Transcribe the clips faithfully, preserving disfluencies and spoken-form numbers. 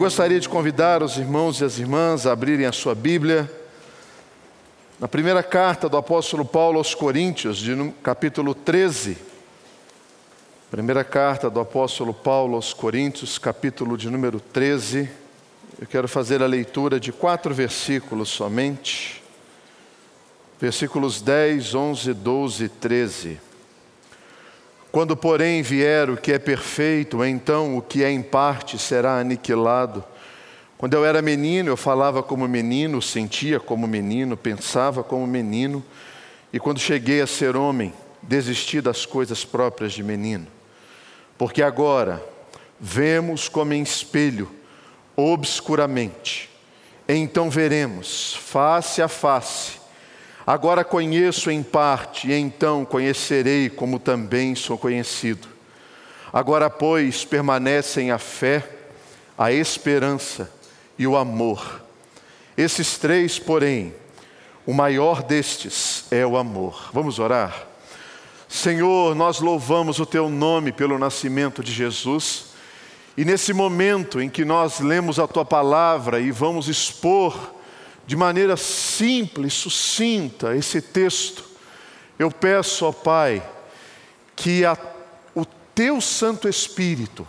gostaria de convidar os irmãos e as irmãs a abrirem a sua Bíblia na primeira carta do apóstolo Paulo aos Coríntios, de capítulo treze. Primeira carta do apóstolo Paulo aos Coríntios, capítulo de número treze. Eu quero fazer a leitura de quatro versículos somente. Versículos dez, onze, doze e treze. Quando, porém, vier o que é perfeito, então o que é em parte será aniquilado. Quando eu era menino, eu falava como menino, sentia como menino, pensava como menino. E quando cheguei a ser homem, desisti das coisas próprias de menino. Porque agora vemos como em espelho, obscuramente. Então veremos, face a face. Agora conheço em parte, e então conhecerei como também sou conhecido. Agora, pois, permanecem a fé, a esperança e o amor. Esses três, porém, o maior destes é o amor. Vamos orar? Senhor, nós louvamos o Teu nome pelo nascimento de Jesus. E nesse momento em que nós lemos a Tua palavra e vamos expor de maneira simples, sucinta, esse texto, eu peço, ó Pai, que a, o Teu Santo Espírito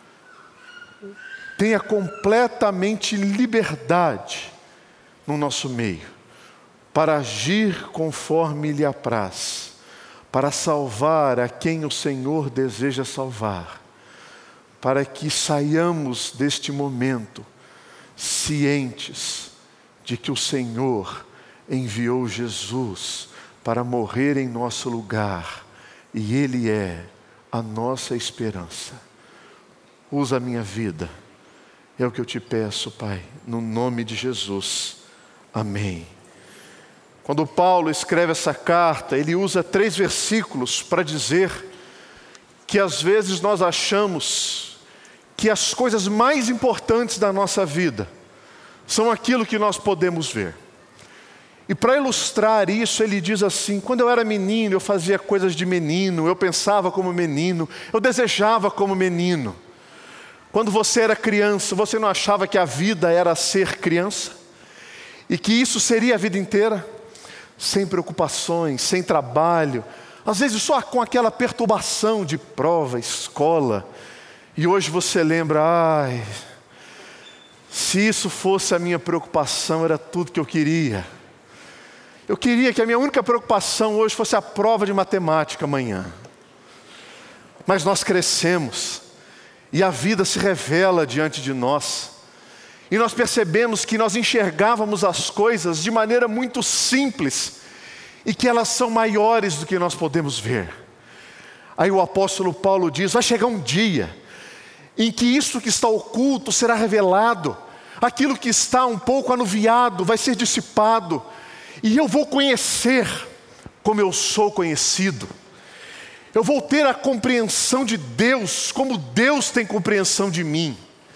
tenha completamente liberdade no nosso meio, para agir conforme lhe apraz, para salvar a quem o Senhor deseja salvar, para que saiamos deste momento cientes de que o Senhor enviou Jesus para morrer em nosso lugar, e Ele é a nossa esperança. Usa a minha vida, é o que eu te peço, Pai, no nome de Jesus. Amém. Quando Paulo escreve essa carta, ele usa três versículos para dizer que às vezes nós achamos que as coisas mais importantes da nossa vida são aquilo que nós podemos ver. E para ilustrar isso, ele diz assim: quando eu era menino, eu fazia coisas de menino, eu pensava como menino, eu desejava como menino. Quando você era criança, você não achava que a vida era ser criança? E que isso seria a vida inteira? Sem preocupações, sem trabalho, às vezes só com aquela perturbação de prova, escola. E hoje você lembra, ai, se isso fosse a minha preocupação, era tudo que eu queria. Eu queria que a minha única preocupação hoje fosse a prova de matemática amanhã. Mas nós crescemos e a vida se revela diante de nós. E nós percebemos que nós enxergávamos as coisas de maneira muito simples e que elas são maiores do que nós podemos ver. Aí o apóstolo Paulo diz: vai chegar um dia em que isso que está oculto será revelado, aquilo que está um pouco anuviado vai ser dissipado, e eu vou conhecer como eu sou conhecido. Eu vou ter a compreensão de Deus, como Deus tem compreensão de mim.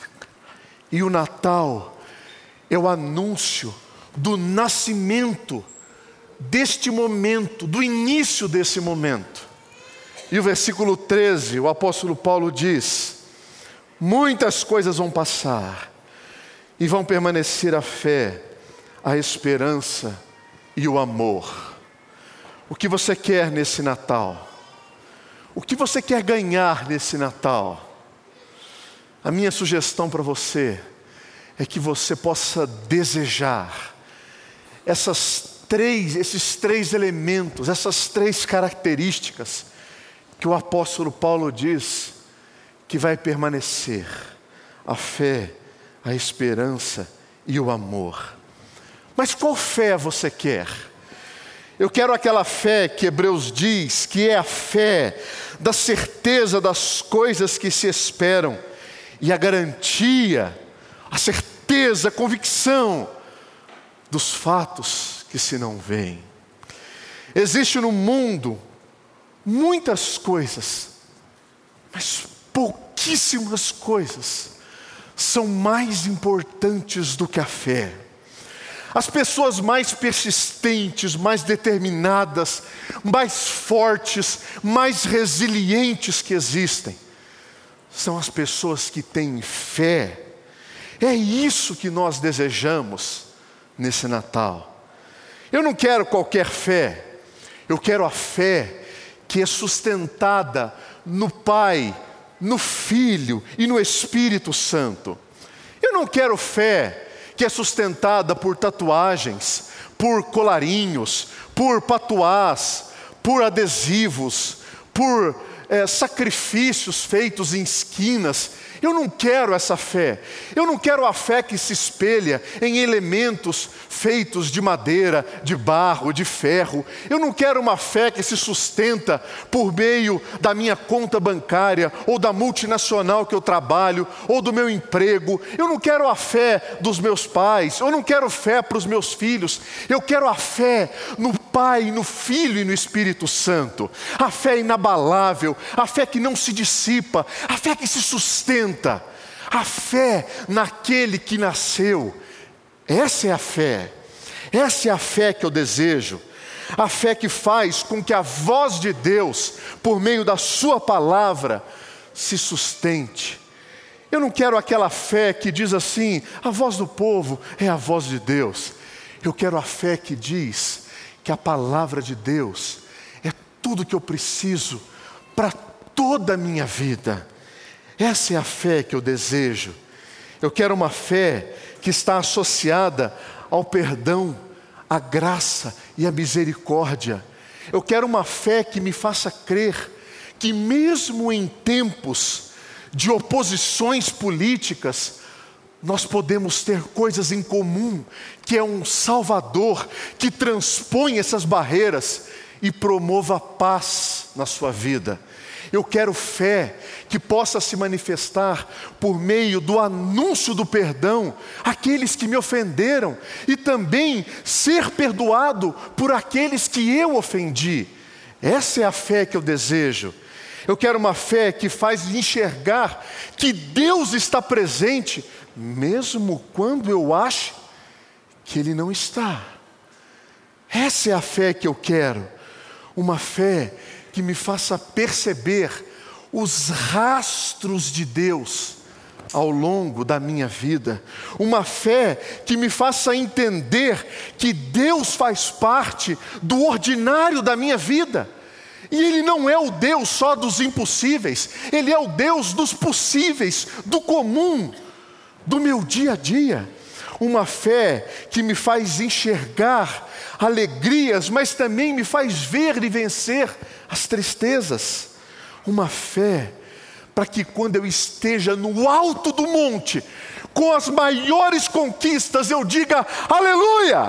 E o Natal é o anúncio do nascimento deste momento, do início desse momento. E o versículo treze, o apóstolo Paulo diz: muitas coisas vão passar, e vão permanecer a fé, a esperança e o amor. O que você quer nesse Natal? O que você quer ganhar nesse Natal? A minha sugestão para você é que você possa desejar essas três, esses três elementos, essas três características que o apóstolo Paulo diz que vai permanecer: a fé, a esperança e o amor. Mas qual fé você quer? Eu quero aquela fé que Hebreus diz que é a fé da certeza das coisas que se esperam e a garantia, a certeza, a convicção dos fatos que se não veem. Existe no mundo muitas coisas, mas pouquíssimas coisas são mais importantes do que a fé. As pessoas mais persistentes, mais determinadas, mais fortes, mais resilientes que existem, são as pessoas que têm fé É isso que nós desejamos nesse Natal. Eu não quero qualquer fé, eu quero a fé que é sustentada no Pai, no Filho e no Espírito Santo. Eu não quero fé que é sustentada por tatuagens, por colarinhos, por patuás, por adesivos, por é, sacrifícios feitos em esquinas. Eu não quero essa fé. Eu não quero a fé que se espelha em elementos feitos de madeira, de barro, de ferro. Eu não quero uma fé que se sustenta por meio da minha conta bancária, ou da multinacional que eu trabalho, ou do meu emprego. Eu não quero a fé dos meus pais. Eu não quero fé para os meus filhos. Eu quero a fé no Pai, no Filho e no Espírito Santo. A fé inabalável, a fé que não se dissipa, a fé que se sustenta. A fé naquele que nasceu. Essa é a fé. Essa é a fé que eu desejo. A fé que faz com que a voz de Deus, por meio da sua palavra, se sustente. Eu não quero aquela fé que diz assim: a voz do povo é a voz de Deus. Eu quero a fé que diz que a palavra de Deus é tudo que eu preciso para toda a minha vida. Essa é a fé que eu desejo. Eu quero uma fé que está associada ao perdão, à graça e à misericórdia. Eu quero uma fé que me faça crer que mesmo em tempos de oposições políticas, nós podemos ter coisas em comum, que é um Salvador que transpõe essas barreiras e promova a paz na sua vida. Eu quero fé que possa se manifestar por meio do anúncio do perdão àqueles que me ofenderam, e também ser perdoado por aqueles que eu ofendi. Essa é a fé que eu desejo. Eu quero uma fé que faz enxergar que Deus está presente, mesmo quando eu acho que Ele não está. Essa é a fé que eu quero. Uma fé que me faça perceber os rastros de Deus ao longo da minha vida. Uma fé que me faça entender que Deus faz parte do ordinário da minha vida. E Ele não é o Deus só dos impossíveis, Ele é o Deus dos possíveis, do comum, do meu dia a dia. Uma fé que me faz enxergar alegrias, mas também me faz ver e vencer as tristezas. Uma fé para que quando eu esteja no alto do monte, com as maiores conquistas, eu diga aleluia.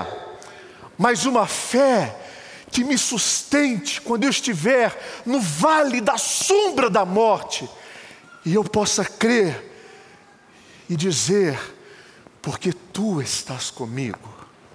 Mas uma fé que me sustente quando eu estiver no vale da sombra da morte, e eu possa crer e dizer: porque Tu estás comigo.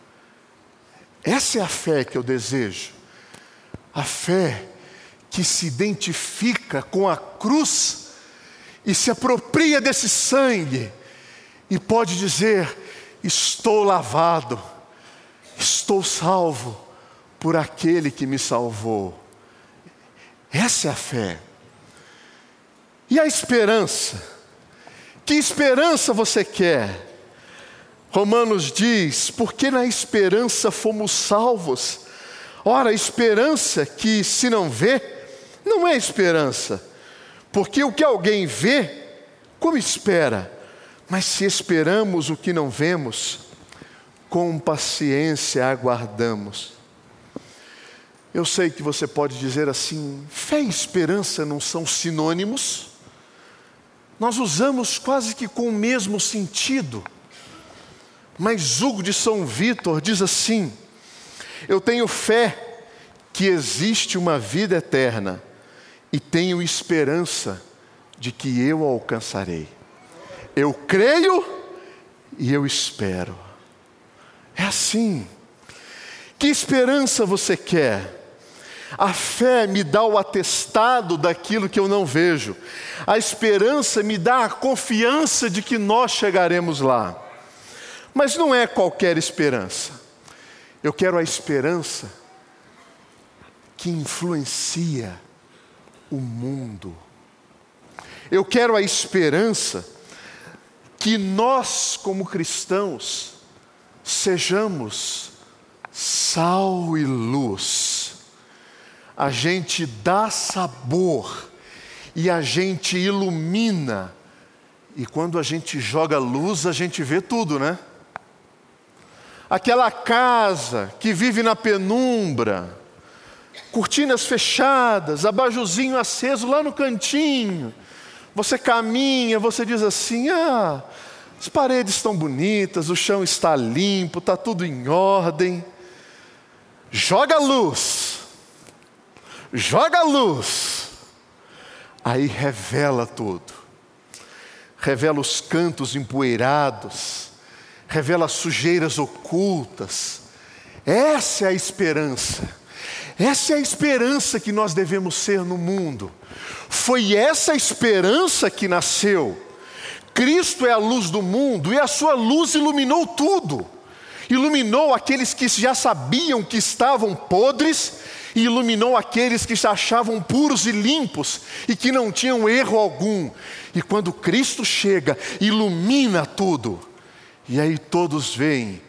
Essa é a fé que eu desejo. A fé que se identifica com a cruz e se apropria desse sangue e pode dizer: estou lavado, estou salvo por aquele que me salvou. Essa é a fé. E a esperança? Que esperança você quer? Romanos diz: porque na esperança fomos salvos. Ora, esperança que se não vê, não é esperança. Porque o que alguém vê, como espera? Mas se esperamos o que não vemos, com paciência aguardamos. Eu sei que você pode dizer assim: fé e esperança não são sinônimos? Nós usamos quase que com o mesmo sentido. Mas Hugo de São Vítor diz assim: eu tenho fé que existe uma vida eterna e tenho esperança de que eu a alcançarei. Eu creio e eu espero. É assim. Que esperança você quer? A fé me dá o atestado daquilo que eu não vejo. A esperança me dá a confiança de que nós chegaremos lá. Mas não é qualquer esperança. Eu quero a esperança que influencia o mundo. Eu quero a esperança que nós, como cristãos, sejamos sal e luz. A gente dá sabor e a gente ilumina. E quando a gente joga luz, a gente vê tudo, né? Aquela casa que vive na penumbra, cortinas fechadas, abajurzinho aceso lá no cantinho. Você caminha, você diz assim: ah, as paredes estão bonitas, o chão está limpo, está tudo em ordem. Joga luz, joga luz, aí revela tudo. Revela os cantos empoeirados, revela as sujeiras ocultas. Essa é a esperança. Essa é a esperança que nós devemos ser no mundo. Foi essa esperança que nasceu. Cristo é a luz do mundo e a sua luz iluminou tudo. Iluminou aqueles que já sabiam que estavam podres e iluminou aqueles que se achavam puros e limpos e que não tinham erro algum. E quando Cristo chega, ilumina tudo. E aí todos veem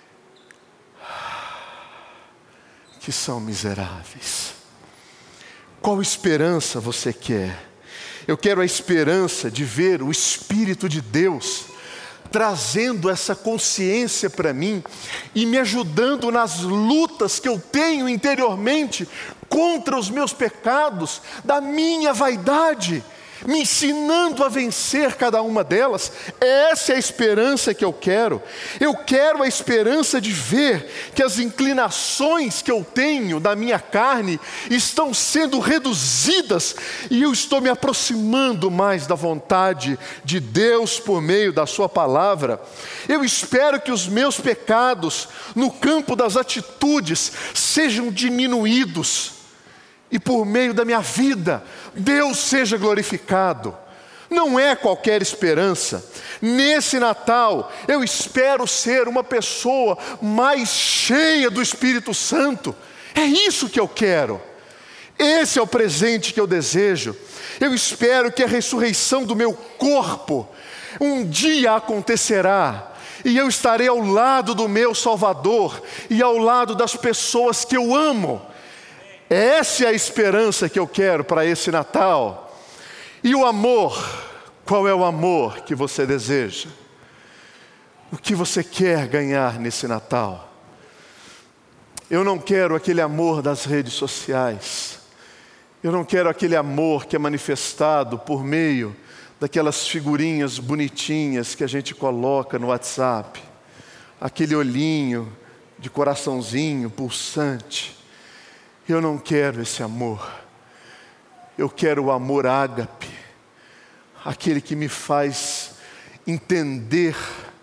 que são miseráveis. Qual esperança você quer? Eu quero a esperança de ver o Espírito de Deus trazendo essa consciência para mim e me ajudando nas lutas que eu tenho interiormente contra os meus pecados, da minha vaidade, me ensinando a vencer cada uma delas. Essa é a esperança que eu quero. Eu quero a esperança de ver que as inclinações que eu tenho da minha carne estão sendo reduzidas e eu estou me aproximando mais da vontade de Deus por meio da sua palavra. Eu espero que os meus pecados no campo das atitudes sejam diminuídos e por meio da minha vida, Deus seja glorificado. Não é qualquer esperança. Nesse Natal, eu espero ser uma pessoa mais cheia do Espírito Santo. É isso que eu quero. Esse é o presente que eu desejo. Eu espero que a ressurreição do meu corpo um dia acontecerá. E eu estarei ao lado do meu Salvador e ao lado das pessoas que eu amo. Essa é a esperança que eu quero para esse Natal. E o amor, qual é o amor que você deseja? O que você quer ganhar nesse Natal? Eu não quero aquele amor das redes sociais. Eu não quero aquele amor que é manifestado por meio daquelas figurinhas bonitinhas que a gente coloca no WhatsApp. Aquele olhinho de coraçãozinho pulsante. Eu não quero esse amor. Eu quero o amor ágape, aquele que me faz entender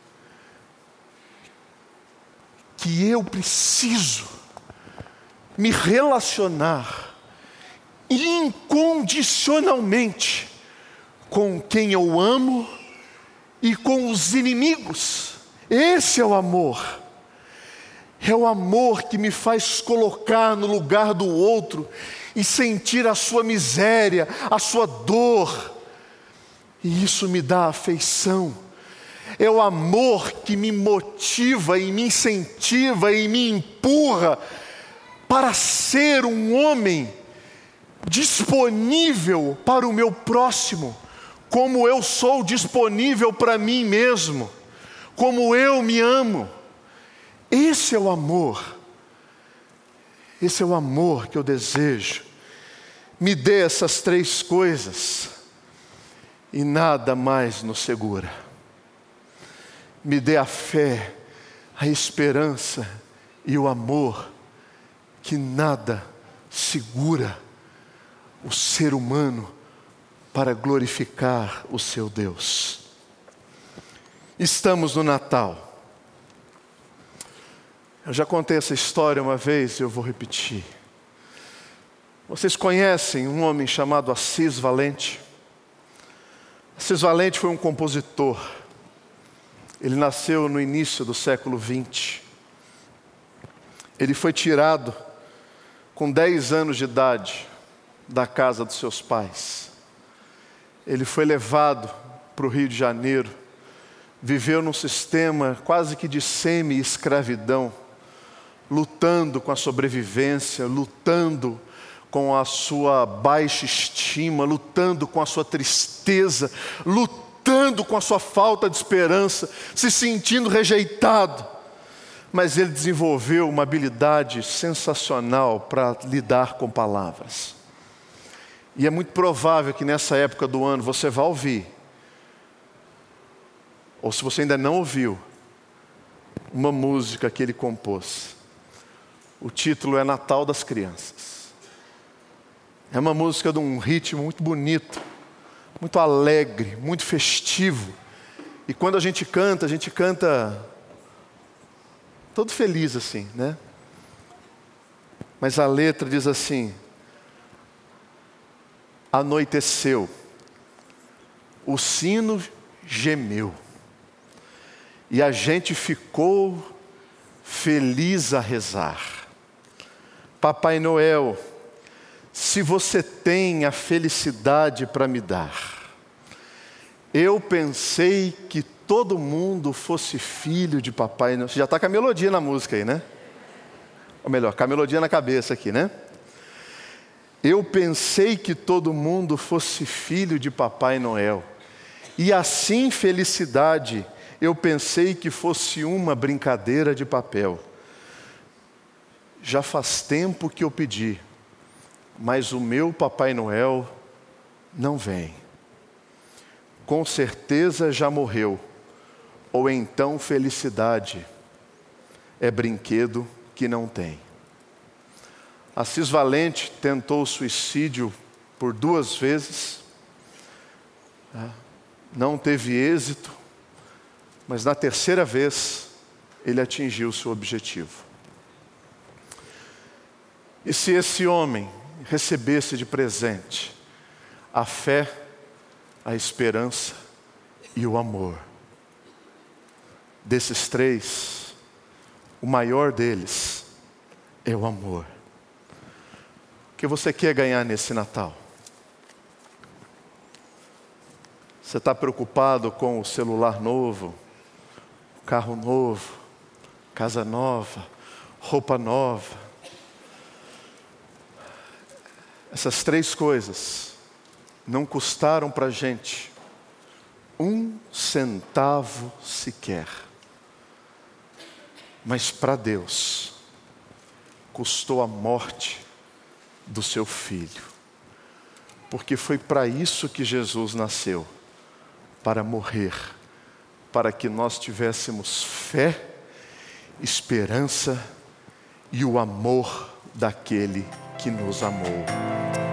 que eu preciso me relacionar incondicionalmente com quem eu amo e com os inimigos. Esse é o amor. É o amor que me faz colocar no lugar do outro e sentir a sua miséria, a sua dor. E isso me dá afeição. É o amor que me motiva e me incentiva e me empurra para ser um homem disponível para o meu próximo, como eu sou disponível para mim mesmo, como eu me amo. Esse é o amor, esse é o amor que eu desejo. Me dê essas três coisas e nada mais nos segura. Me dê a fé, a esperança e o amor, que nada segura o ser humano para glorificar o seu Deus. Estamos no Natal. Eu já contei essa história uma vez e eu vou repetir. Vocês conhecem um homem chamado Assis Valente? Assis Valente foi um compositor. Ele nasceu no início do século vinte. Ele foi tirado com dez anos de idade da casa dos seus pais. Ele foi levado para o Rio de Janeiro viveu num sistema quase que de semi-escravidão, lutando com a sobrevivência, lutando com a sua baixa estima, lutando com a sua tristeza, lutando com a sua falta de esperança, se sentindo rejeitado. Mas ele desenvolveu uma habilidade sensacional para lidar com palavras. E é muito provável que nessa época do ano você vá ouvir, ou se você ainda não ouviu, uma música que ele compôs. O título é Natal das Crianças. É uma música de um ritmo muito bonito, muito alegre, muito festivo. E quando a gente canta, a gente canta todo feliz assim, né? Mas a letra diz assim: anoiteceu, o sino gemeu, e a gente ficou feliz a rezar. Papai Noel, se você tem a felicidade para me dar, eu pensei que todo mundo fosse filho de Papai Noel. Você já está com a melodia na música aí, né? Ou melhor, com a melodia na cabeça aqui, né? Eu pensei que todo mundo fosse filho de Papai Noel. E assim felicidade, eu pensei que fosse uma brincadeira de papel. Já faz tempo que eu pedi, mas o meu Papai Noel não vem. Com certeza já morreu, ou então felicidade é brinquedo que não tem. Assis Valente tentou o suicídio por duas vezes, não teve êxito, mas na terceira vez ele atingiu o seu objetivo. E se esse homem recebesse de presente a fé, a esperança e o amor, desses três, o maior deles é o amor. O que você quer ganhar nesse Natal? Você está preocupado com o celular novo, carro novo, casa nova, roupa nova? Essas três coisas não custaram para a gente um centavo sequer. Mas para Deus, custou a morte do seu filho. Porque foi para isso que Jesus nasceu, para morrer, para que nós tivéssemos fé, esperança e o amor daquele que nos amou.